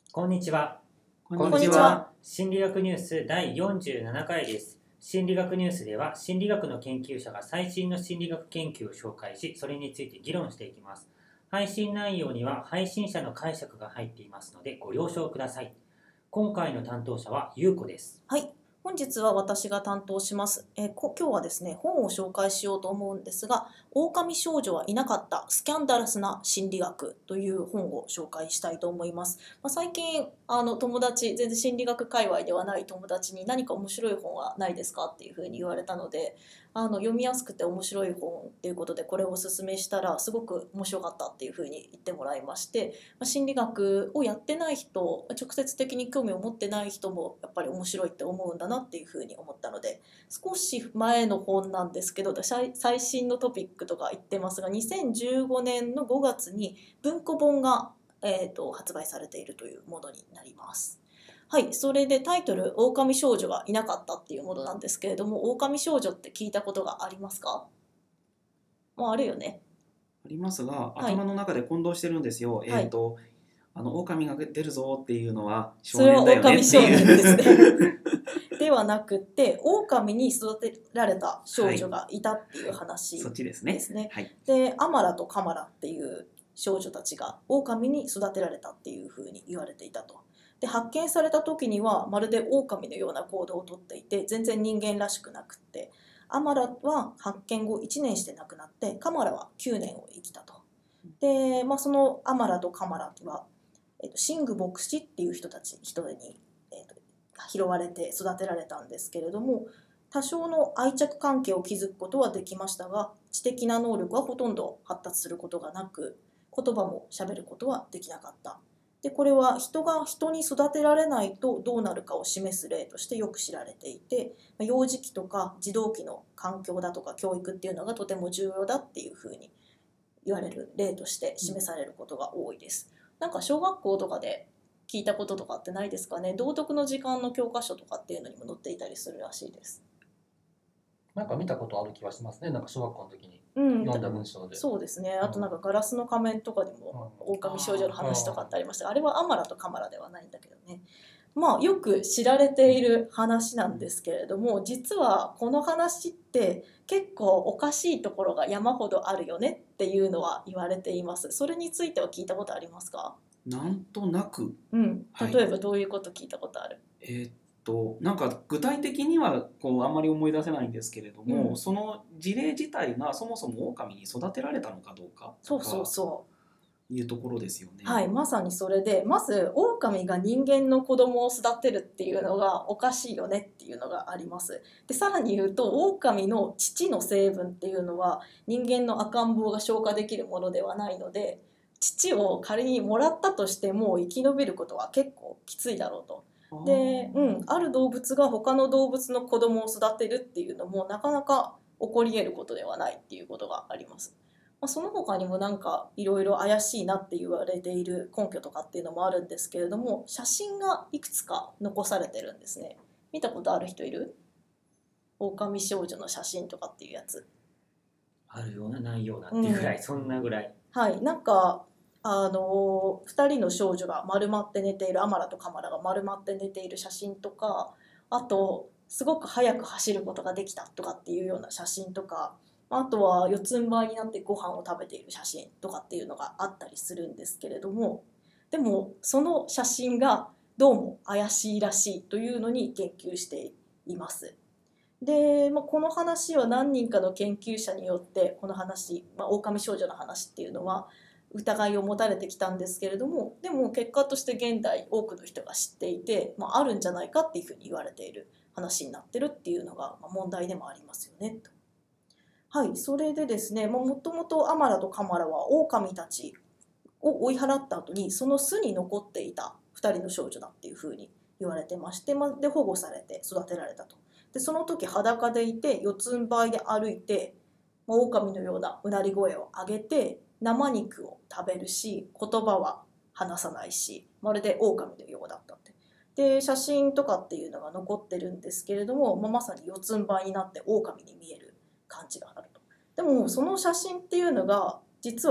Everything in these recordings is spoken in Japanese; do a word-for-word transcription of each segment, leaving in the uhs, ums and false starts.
こんにちは。 こんにちは。 心理学ニュースだいよんじゅうななかいです。心理学ニュースでは心理学の研究者が最新の心理学研究を紹介し、それについて議論していきます。配信内容には配信者の解釈が入っていますのでご了承ください。今回の担当者はゆうこです。 はい、本日は私が担当します。えー、こ今日はですね、本を紹介しようと思うんですが、狼少女はいなかったスキャンダラスな心理学という本を紹介したいと思います。まあ、最近あの友達、全然心理学界隈ではない友達に何か面白い本はないですかっていうふうに言われたので、あの読みやすくて面白い本っていうことでこれをおすすめしたらすごく面白かったっていうふうに言ってもらいまして、まあ、心理学をやってない人、直接的に興味を持ってない人もやっぱり面白いって思うんだなっていうふうに思ったので、少し前の本なんですけど最新のトピックとか言ってますが、にせんじゅうごねんのごがつに文庫本が、えーと、発売されているというものになります。はい、それでタイトル「狼少女がいなかった」っていうものなんですけれども、狼少女って聞いたことがありますか？もうあるよね。 ありますが、 はい頭の中で混同してるんですよ。 はいえっ、と、あの狼が出るぞっていうのは少それは年だよね狼っていう。 少年ですね。ではなくて、狼に育てられた少女がいたっていう話そっちですね。 ですね。 はい。 で、アマラとカマラっていう少女たちが狼に育てられたっていうふうに言われていたと。で、発見された時にはまるで狼のような行動をとっていて、全然人間らしくなくって、アマラは発見後いちねんして亡くなって、カマラはきゅうねんを生きたと。で、まあ、そのアマラとカマラは、えっと、シング牧師っていう人たち人に、えっと、拾われて育てられたんですけれども、多少の愛着関係を築くことはできましたが、知的な能力はほとんど発達することがなく、言葉も喋ることはできなかった。で、これは人が人に育てられないとどうなるかを示す例としてよく知られていて、幼児期とか児童期の環境だとか教育っていうのがとても重要だっていうふうに言われる例として示されることが多いです。なんか小学校とかで聞いたこととかってないですかね。道徳の時間の教科書とかっていうのにも載っていたりするらしいです。 なんか見たことある気がしますね。なんか小学校の時にうん、 読んだ文章で。 そうですね。あとなんかガラスの仮面とかでも狼少女の話とかってありましたが、あれはアマラとカマラではないんだけどね。まあよく知られている話なんですけれども、実はこの話って結構おかしいところが山ほどあるよねっていうのは言われています。それについては聞いたことありますか？ なんとなく、 うん、 はい、 例えばどういうこと聞いたことある？ えーっとなんか具体的にはこうあんまり思い出せないんですけれども、 うん、 その事例自体がそもそも狼に育てられたのかどうかそうとかそうそいうところですよね。 う。はい、まさにそれで、まず狼が人間の子供を育てるっていうのがおかしいよねっていうのがあります。で、さらに言うと狼の乳の成分っていうのは人間の赤ん坊が消化できるものではないので、乳を仮にもらったとしても生き延びることは結構きついだろうと。で、うん、ある動物が他の動物の子供を育てるっていうのもなかなか起こり得ることではないっていうことがあります。まあ、その他にもなんかいろいろ怪しいなって言われている根拠とかっていうのもあるんですけれども、写真がいくつか残されてるんですね。見たことある人いる？狼少女の写真とかっていうやつ。 あるようなないようなっていうぐらい、うん、そんなぐらい。 はい、なんかあのふたりの少女が丸まって寝ている、アマラとカマラが丸まって寝ている写真とか、あとすごく速く走ることができたとかっていうような写真とか、あとは四つん這いになってご飯を食べている写真とかっていうのがあったりするんですけれども、でもその写真がどうも怪しいらしいというのに言及しています。で、まあ、この話は何人かの研究者によってこの話、まあ、狼少女の話っていうのは疑いを持たれてきたんですけれども、でも結果として現代多くの人が知っていて、まあ、あるんじゃないかっていうふうに言われている話になってるっていうのが問題でもありますよねと。はい、それでですね、もともとアマラとカマラは狼たちを追い払った後にその巣に残っていたふたりの少女だっていうふうに言われてまして、で保護されて育てられたと。でその時裸でいて四つん這いで歩いて、狼のようなうなり声を上げて生肉を食べるし、言葉は話さないし、まるで狼のようだったって。で写真とかっていうのが残ってるんですけれども、まあ、まさに四つん這いになって狼に見える感じがあると。でもその写真っていうのが実は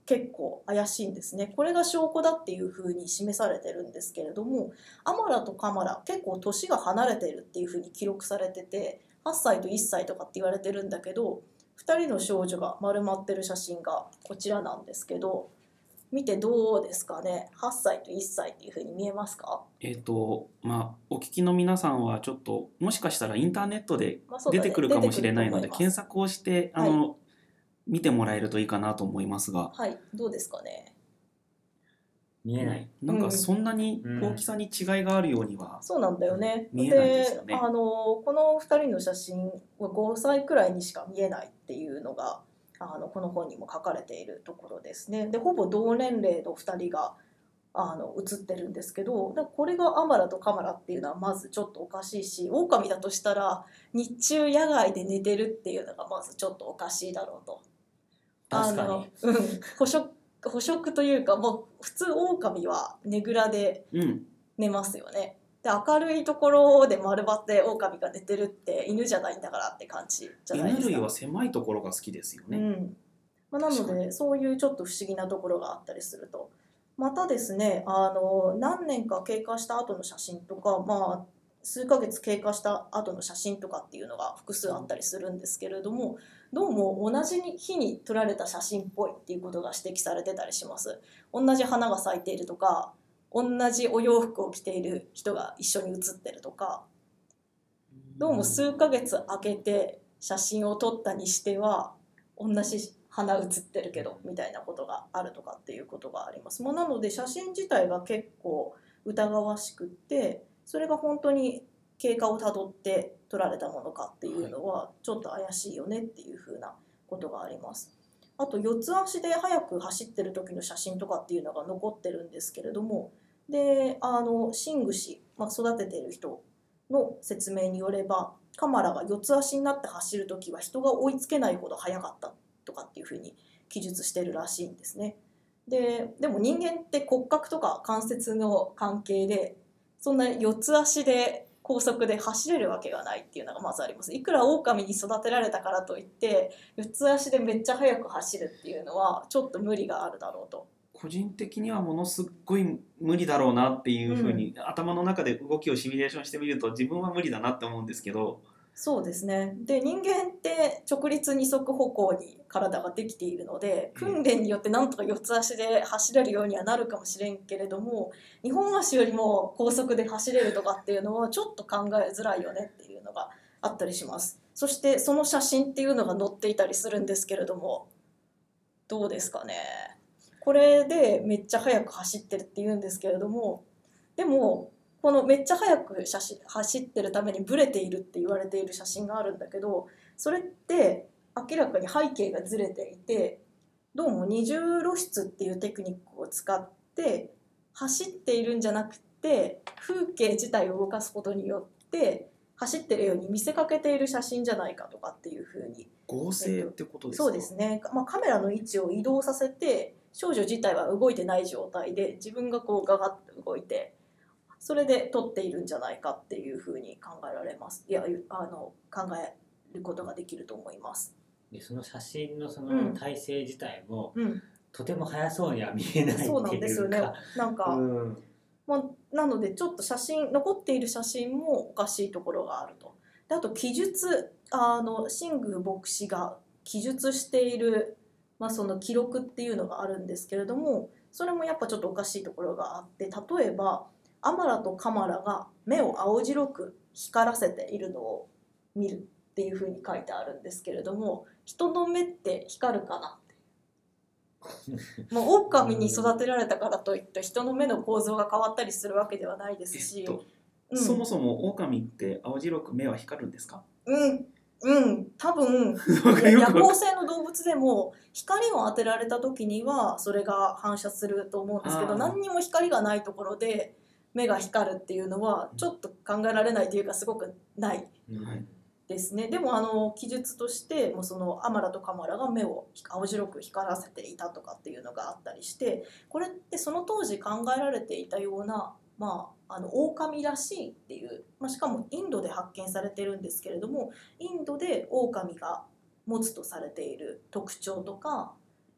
結構怪しいんですね。これが証拠だっていうふうに示されてるんですけれども、アマラとカマラ結構年が離れているっていうふうに記録されてて、はっさいといっさいとかって言われてるんだけど、ふたりの少女が丸まってる写真がこちらなんですけど、見てどうですかね。はっさいといっさいっていうふうに見えますか？ えっとまあお聞きの皆さんはちょっともしかしたらインターネットでまあそうだね出てくるかもしれないので、 出てくると思います検索をしてあの、見てもらえるといいかなと思いますが、 はい、どうですかね。 見えない。 なんかそんなにうん大きさに違いがあるようには、 そうなんだよね。 見えないですよねあのこのふたりの写真はごさいくらいにしか見えないっていうのがあのこの本にも書かれているところですね。でほぼ同年齢のふたりがあの写ってるんですけど、だからこれがアマラとカマラっていうのはまずちょっとおかしいし、オオカミだとしたら日中野外で寝てるっていうのがまずちょっとおかしいだろうと。 確かにあの、うん、捕食捕食というか、もう普通オオカミはねぐらでうん、 寝ますよね。で明るいところで丸まってオオカミが寝てるって犬じゃないんだからって感じじゃないですか。 犬類は狭いところが好きですよね。 うんまあ、なの確かでそういうちょっと不思議なところがあったりすると。またですね、あの何年か経過した後の写真とか、まあ、数ヶ月経過した後の写真とかっていうのが複数あったりするんですけれども、どうも同じ日に撮られた写真っぽいっていうことが指摘されてたりします。同じ花が咲いているとか、同じお洋服を着ている人が一緒に写ってるとか、どうも数ヶ月空けて写真を撮ったにしては同じ花写ってるけどみたいなことがあるとかっていうことがあります。まあ、なので写真自体が結構疑わしくって、それが本当に経過をたどって撮られたものかっていうのはちょっと怪しいよねっていうふうなことがあります。あと四つ足で速く走ってる時の写真とかっていうのが残ってるんですけれども、であのシング氏、まあ、育てている人の説明によれば、カマラが四つ足になって走る時は人が追いつけないほど速かったとかっていうふうに記述してるらしいんですね。で、でも人間って骨格とか関節の関係でそんな四つ足で高速で走れるわけがないっていうのがまずあります。いくら狼に育てられたからといって四つ足でめっちゃ速く走るっていうのはちょっと無理があるだろうと。 個人的にはものすっごい無理だろうなっていうふうに、うん、頭の中で動きをシミュレーションしてみると自分は無理だなって思うんですけど。 そうですね。で人間って直立二足歩行に体ができているので、訓練によってなんとか四つ足で走れるようにはなるかもしれんけれども、にほん足よりも高速で走れるとかっていうのはちょっと考えづらいよねっていうのがあったりします。そしてその写真っていうのが載っていたりするんですけれども、どうですかね。これでめっちゃ速く走ってるって言うんですけれども、でもこのめっちゃ速く写真走ってるためにブレているって言われている写真があるんだけど、それって明らかに背景がずれていて、どうも二重露出っていうテクニックを使って走っているんじゃなくて、風景自体を動かすことによって走ってるように見せかけている写真じゃないかとかっていうふうに。 合成ってことですか？ そうですね、まあ、カメラの位置を移動させて、少女自体は動いてない状態で自分がこうガガッと動いて、それで撮っているんじゃないかっていうふうに考えられます。いやあの考えることができると思います。 でその写真のその体勢自体も、 うん、 とても速そうには見えないっていうか。 そうなんですよね。なんか、 うんまあ、なのでちょっと写真残っている写真もおかしいところがあると。であと記述、あのシング牧師が記述している、まあ、その記録っていうのがあるんですけれども、それもやっぱちょっとおかしいところがあって、例えばアマラとカマラが目を青白く光らせているのを見るっていうふうに書いてあるんですけれども、人の目って光るかなってもう狼に育てられたからといって人の目の構造が変わったりするわけではないですし、 えっとうん、 そもそも狼って青白く目は光るんですか？ うんうん多分夜行性の動物でも光を当てられた時にはそれが反射すると思うんですけど、何にも光がないところで目が光るっていうのはちょっと考えられないというかすごくないですね。でもあの記述としてもそのアマラとカマラが目を青白く光らせていたとかっていうのがあったりして、これってその当時考えられていたような、まあ、あの狼らしいっていう、まあ、しかもインドで発見されてるんですけれども、インドで狼が持つとされている特徴とか、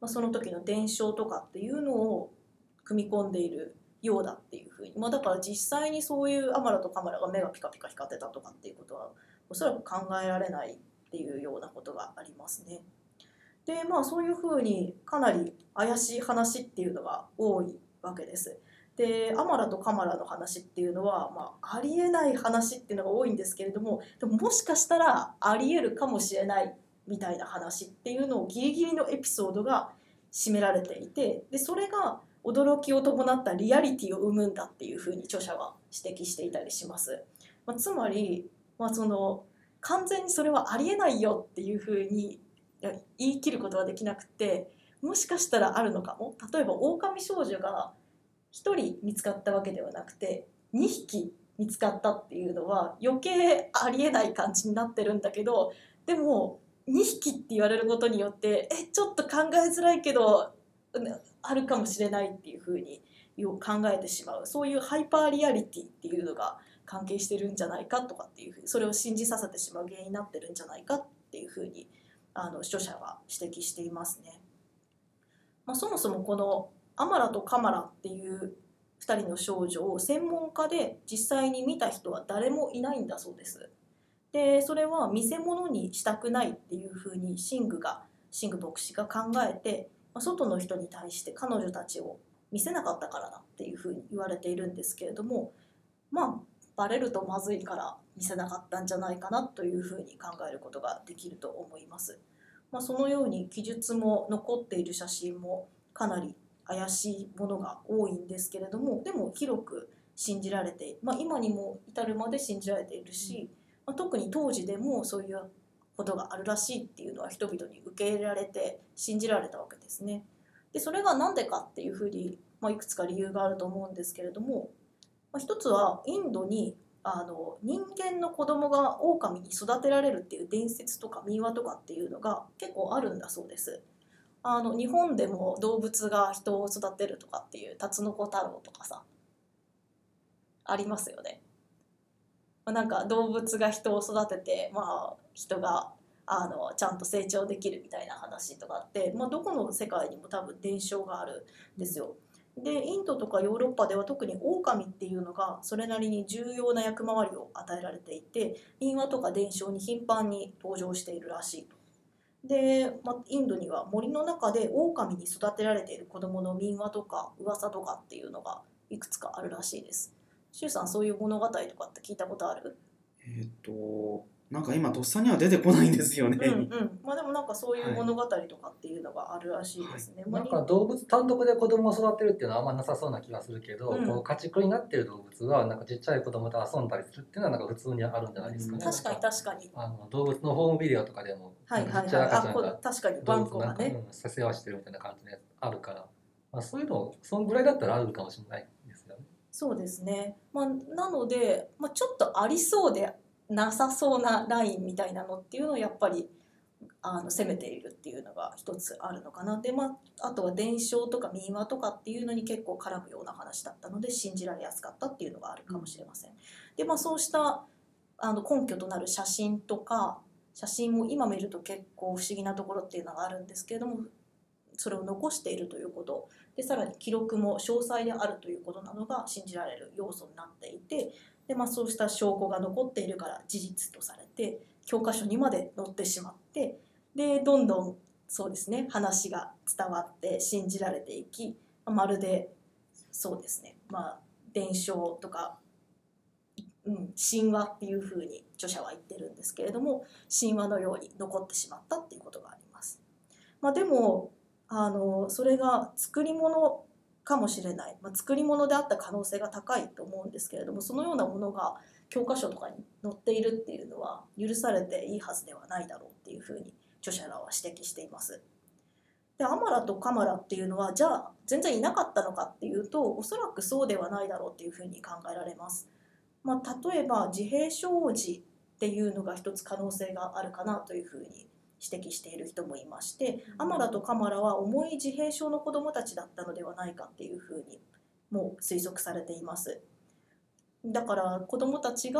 まあ、その時の伝承とかっていうのを組み込んでいるようだっていうふうに、まあ、だから実際にそういうアマラとカマラが目がピカピカ光ってたとかっていうことはおそらく考えられないっていうようなことがありますね。でまあそういうふうにかなり怪しい話っていうのが多いわけです。でアマラとカマラの話っていうのは、まあ、ありえない話っていうのが多いんですけれども、でももしかしたらありえるかもしれないみたいな話っていうのをギリギリのエピソードが占められていて、でそれが驚きを伴ったリアリティを生むんだっていうふうに著者は指摘していたりします。まあ、つまり、まあ、その完全にそれはありえないよっていうふうに言い切ることはできなくて、もしかしたらあるのかも。例えば狼少女がひとり見つかったわけではなくてにひき見つかったっていうのは余計ありえない感じになってるんだけど、でもにひきって言われることによってえちょっと考えづらいけどあるかもしれないっていうふうに考えてしまう、そういうハイパーリアリティっていうのが関係してるんじゃないかとかっていうふうに、それを信じさせてしまう原因になってるんじゃないかっていうふうにあの著者は指摘していますね。まあ、そもそもこのアマラとカマラっていうふたりの少女を専門家で実際に見た人は誰もいないんだそうです。でそれは見せ物にしたくないっていうふうにシングがシング牧師が考えて、外の人に対して彼女たちを見せなかったからだっていうふうに言われているんですけれども、まあバレるとまずいから見せなかったんじゃないかなというふうに考えることができると思います。まあ、そのように記述も残っている写真もかなり怪しいものが多いんですけれども、でも広く信じられて、まあ、今にも至るまで信じられているし、まあ、特に当時でもそういうことがあるらしいっていうのは人々に受け入れられて信じられたわけですね。でそれが何でかっていうふうに、まあ、いくつか理由があると思うんですけれども、まあ、一つはインドにあの人間の子供が狼に育てられるっていう伝説とか民話とかっていうのが結構あるんだそうです。あの日本でも動物が人を育てるとかっていうタツノコ太郎とかさありますよね。なんか動物が人を育てて、まあ、人があのちゃんと成長できるみたいな話とかあって、まあ、どこの世界にも多分伝承があるんですよ。でインドとかヨーロッパでは特に狼っていうのがそれなりに重要な役回りを与えられていて、民話とか伝承に頻繁に登場しているらしいと。で、まあ、インドには森の中で狼に育てられている子どもの民話とか噂とかっていうのがいくつかあるらしいです。シュウさん、そういう物語とかって聞いたことある？ えっとなんか今とっさには出てこないんですよね。 うんうん、まあでもなんかそういう物語とかっていうのがあるらしいですね。 なんか動物単独で子供を育てるっていうのはあんまなさそうな気がするけど、 うんこう家畜になっている動物はなんかちっちゃい子供と遊んだりするっていうのはなんか普通にあるんじゃないですかね。 確かに確かに。 あの動物のホームビデオとかでも、 はいはいちっちゃいはい。あ、こ赤ちゃんがう確かにワ動ンコがね。 物なんか、うん、世話してるみたいな感じであるから、まあ、そういうのそのぐらいだったらあるかもしれないですよね。 そうですね。まあなので、まあ、ちょっとありそうでなさそうなラインみたいなのっていうのをやっぱりあの攻めているっていうのが一つあるのかな。で、まあ、あとは伝承とか民話とかっていうのに結構絡むような話だったので信じられやすかったっていうのがあるかもしれません。で、まあ、そうしたあの根拠となる写真とか写真も今見ると結構不思議なところっていうのがあるんですけれども、それを残しているということで、さらに記録も詳細であるということなどが信じられる要素になっていて、で、まあ、そうした証拠が残っているから事実とされて教科書にまで載ってしまって、でどんどんそうですね話が伝わって信じられていき、まるでそうですね、まあ、伝承とか、うん、神話っていうふうに著者は言ってるんですけれども、神話のように残ってしまったっていうことがあります。まあ、でもあのそれが作り物かもしれない、まあ、作り物であった可能性が高いと思うんですけれども、そのようなものが教科書とかに載っているっていうのは許されていいはずではないだろうっていうふうに著者らは指摘しています。でアマラとカマラっていうのはじゃあ全然いなかったのかっていうと、おそらくそうではないだろうっていうふうに考えられます。まあ、例えば自閉症児っていうのが一つ可能性があるかなというふうに指摘している人もいまして、アマラとカマラは重い自閉症の子どもたちだったのではないかっていうふうにも推測されています。だから子どもたちが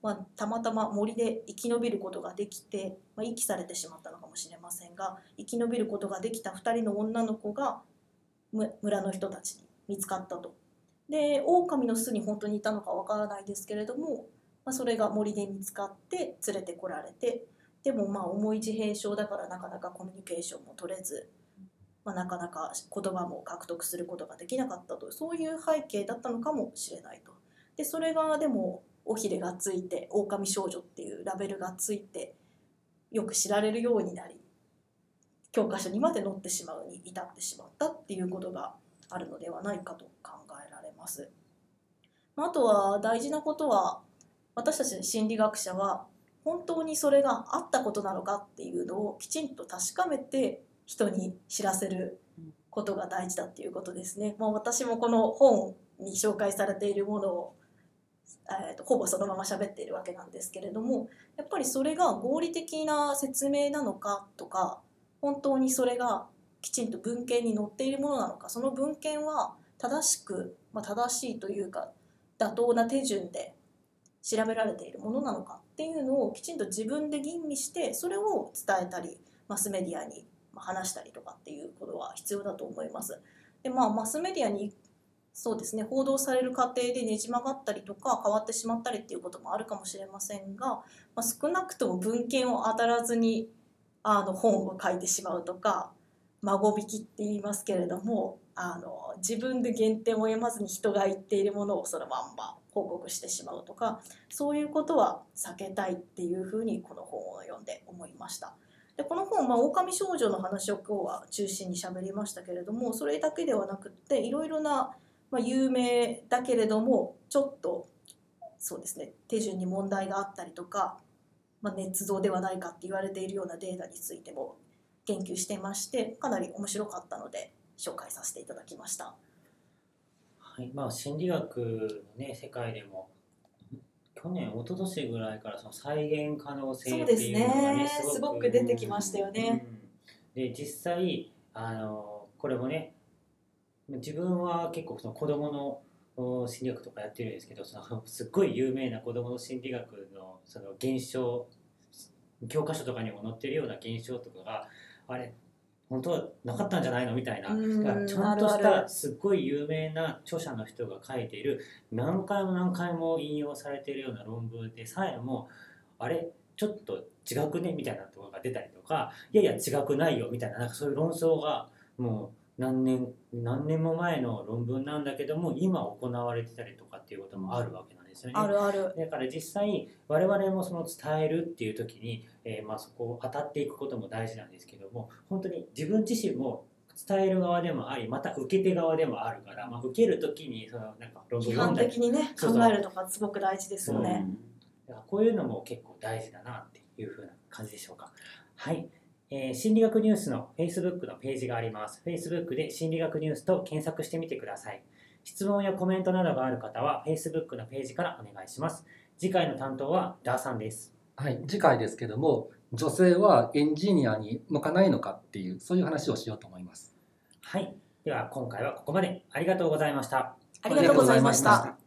まあ、たまたま森で生き延びることができて、まあ、遺棄されてしまったのかもしれませんが、生き延びることができたふたりの女の子がむ村の人たちに見つかったと。で狼の巣に本当にいたのかわからないですけれども、まあ、それが森で見つかって連れてこられて、でもまあ重い自閉症だからなかなかコミュニケーションも取れず、まあ、なかなか言葉も獲得することができなかったと、そういう背景だったのかもしれないと。でそれがでも尾ひれがついて狼少女っていうラベルがついてよく知られるようになり、教科書にまで載ってしまうに至ってしまったっていうことがあるのではないかと考えられます。あとは大事なことは、私たち心理学者は本当にそれがあったことなのかっていうのをきちんと確かめて人に知らせることが大事だっていうことですね。まあ、私もこの本に紹介されているものをえーとほぼそのまま喋っているわけなんですけれども、やっぱりそれが合理的な説明なのかとか、本当にそれがきちんと文献に載っているものなのか、その文献は正しく、まあ、正しいというか妥当な手順で調べられているものなのかっていうのをきちんと自分で吟味して、それを伝えたりマスメディアに話したりとかっていうことは必要だと思います。で、まあ、マスメディアにそうですね、報道される過程でねじ曲がったりとか変わってしまったりっていうこともあるかもしれませんが、まあ、少なくとも文献を当たらずにあの本を書いてしまうとか、孫引きって言いますけれども、あの自分で原点を読まずに人が言っているものをそのまんま報告してしまうとか、そういうことは避けたいっていうふうにこの本を読んで思いました。でこの本、まあ、狼少女の話を今日は中心に喋りましたけれども、それだけではなくっていろいろなまあ、有名だけれどもちょっとそうですね、手順に問題があったりとか、まあ、捏造ではないかって言われているようなデータについても研究していまして、かなり面白かったので紹介させていただきました。 はい、まあ、心理学の、ね、世界でも去年一昨年ぐらいからその再現可能性っていうのがね、 すごく出てきましたよね。 うん、で実際あのこれもね、自分は結構その子どもの心理学とかやってるんですけど、そのすっごい有名な子どもの心理学のその現象、教科書とかにも載ってるような現象とかがあれ本当はなかったんじゃないのみたいな、 うんちゃんとしあるあるたすっごい有名な著者の人が書いている何回も何回も引用されているような論文でさえもあれちょっと違くねみたいなところが出たりとか、いやいや違くないよみたいな、なんかそういう論争がもう何年何年も前の論文なんだけども今行われてたりとかっていうこともあるわけなんですよね。 あるある。 だから実際我々もその伝えるっていう時に、えーまあそこを当たっていくことも大事なんですけども、本当に自分自身も伝える側でもあり、また受け手側でもあるから、まあ、受ける時にそのなんか論文批判読んだり的にねそうそう考えるのがすごく大事ですよね。 だからこういうのも結構大事だなっていう風な感じでしょうか。はい。えー心理学ニュースの Facebook のページがあります。Facebook で心理学ニュースと検索してみてください。質問やコメントなどがある方は Facebook のページからお願いします。次回の担当はダーさんです。 はい、次回ですけども、女性はエンジニアに向かないのかっていう、そういう話をしようと思います。 はい。では今回はここまで。ありがとうございました。 ありがとうございました。